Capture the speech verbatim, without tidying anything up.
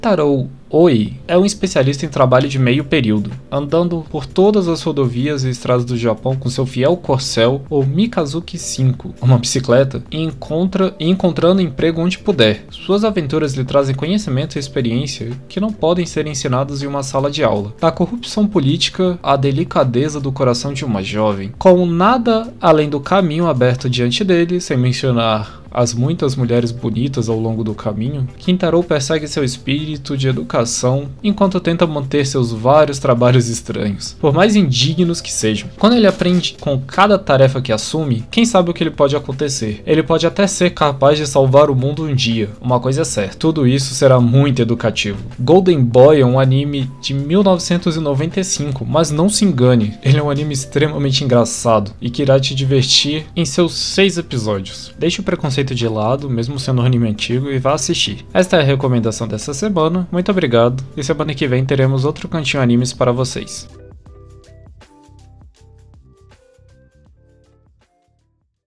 Kentaro Oi é um especialista em trabalho de meio período, andando por todas as rodovias e estradas do Japão com seu fiel corcel, o Mikazuki cinco, uma bicicleta, e, encontra, e encontrando emprego onde puder. Suas aventuras lhe trazem conhecimento e experiência que não podem ser ensinados em uma sala de aula. Da corrupção política à delicadeza do coração de uma jovem, com nada além do caminho aberto diante dele, sem mencionar as muitas mulheres bonitas ao longo do caminho, Kentaro persegue seu espírito de educação enquanto tenta manter seus vários trabalhos estranhos, por mais indignos que sejam. Quando ele aprende com cada tarefa que assume, quem sabe o que ele pode acontecer. Ele pode até ser capaz de salvar o mundo um dia, uma coisa é certa, tudo isso será muito educativo. Golden Boy é um anime de mil novecentos e noventa e cinco, mas não se engane, ele é um anime extremamente engraçado e que irá te divertir em seus seis episódios. Deixe o preconceito de lado, mesmo sendo um anime antigo, e vá assistir. Esta é a recomendação dessa semana, muito obrigado, e semana que vem teremos outro Cantinho Animes para vocês.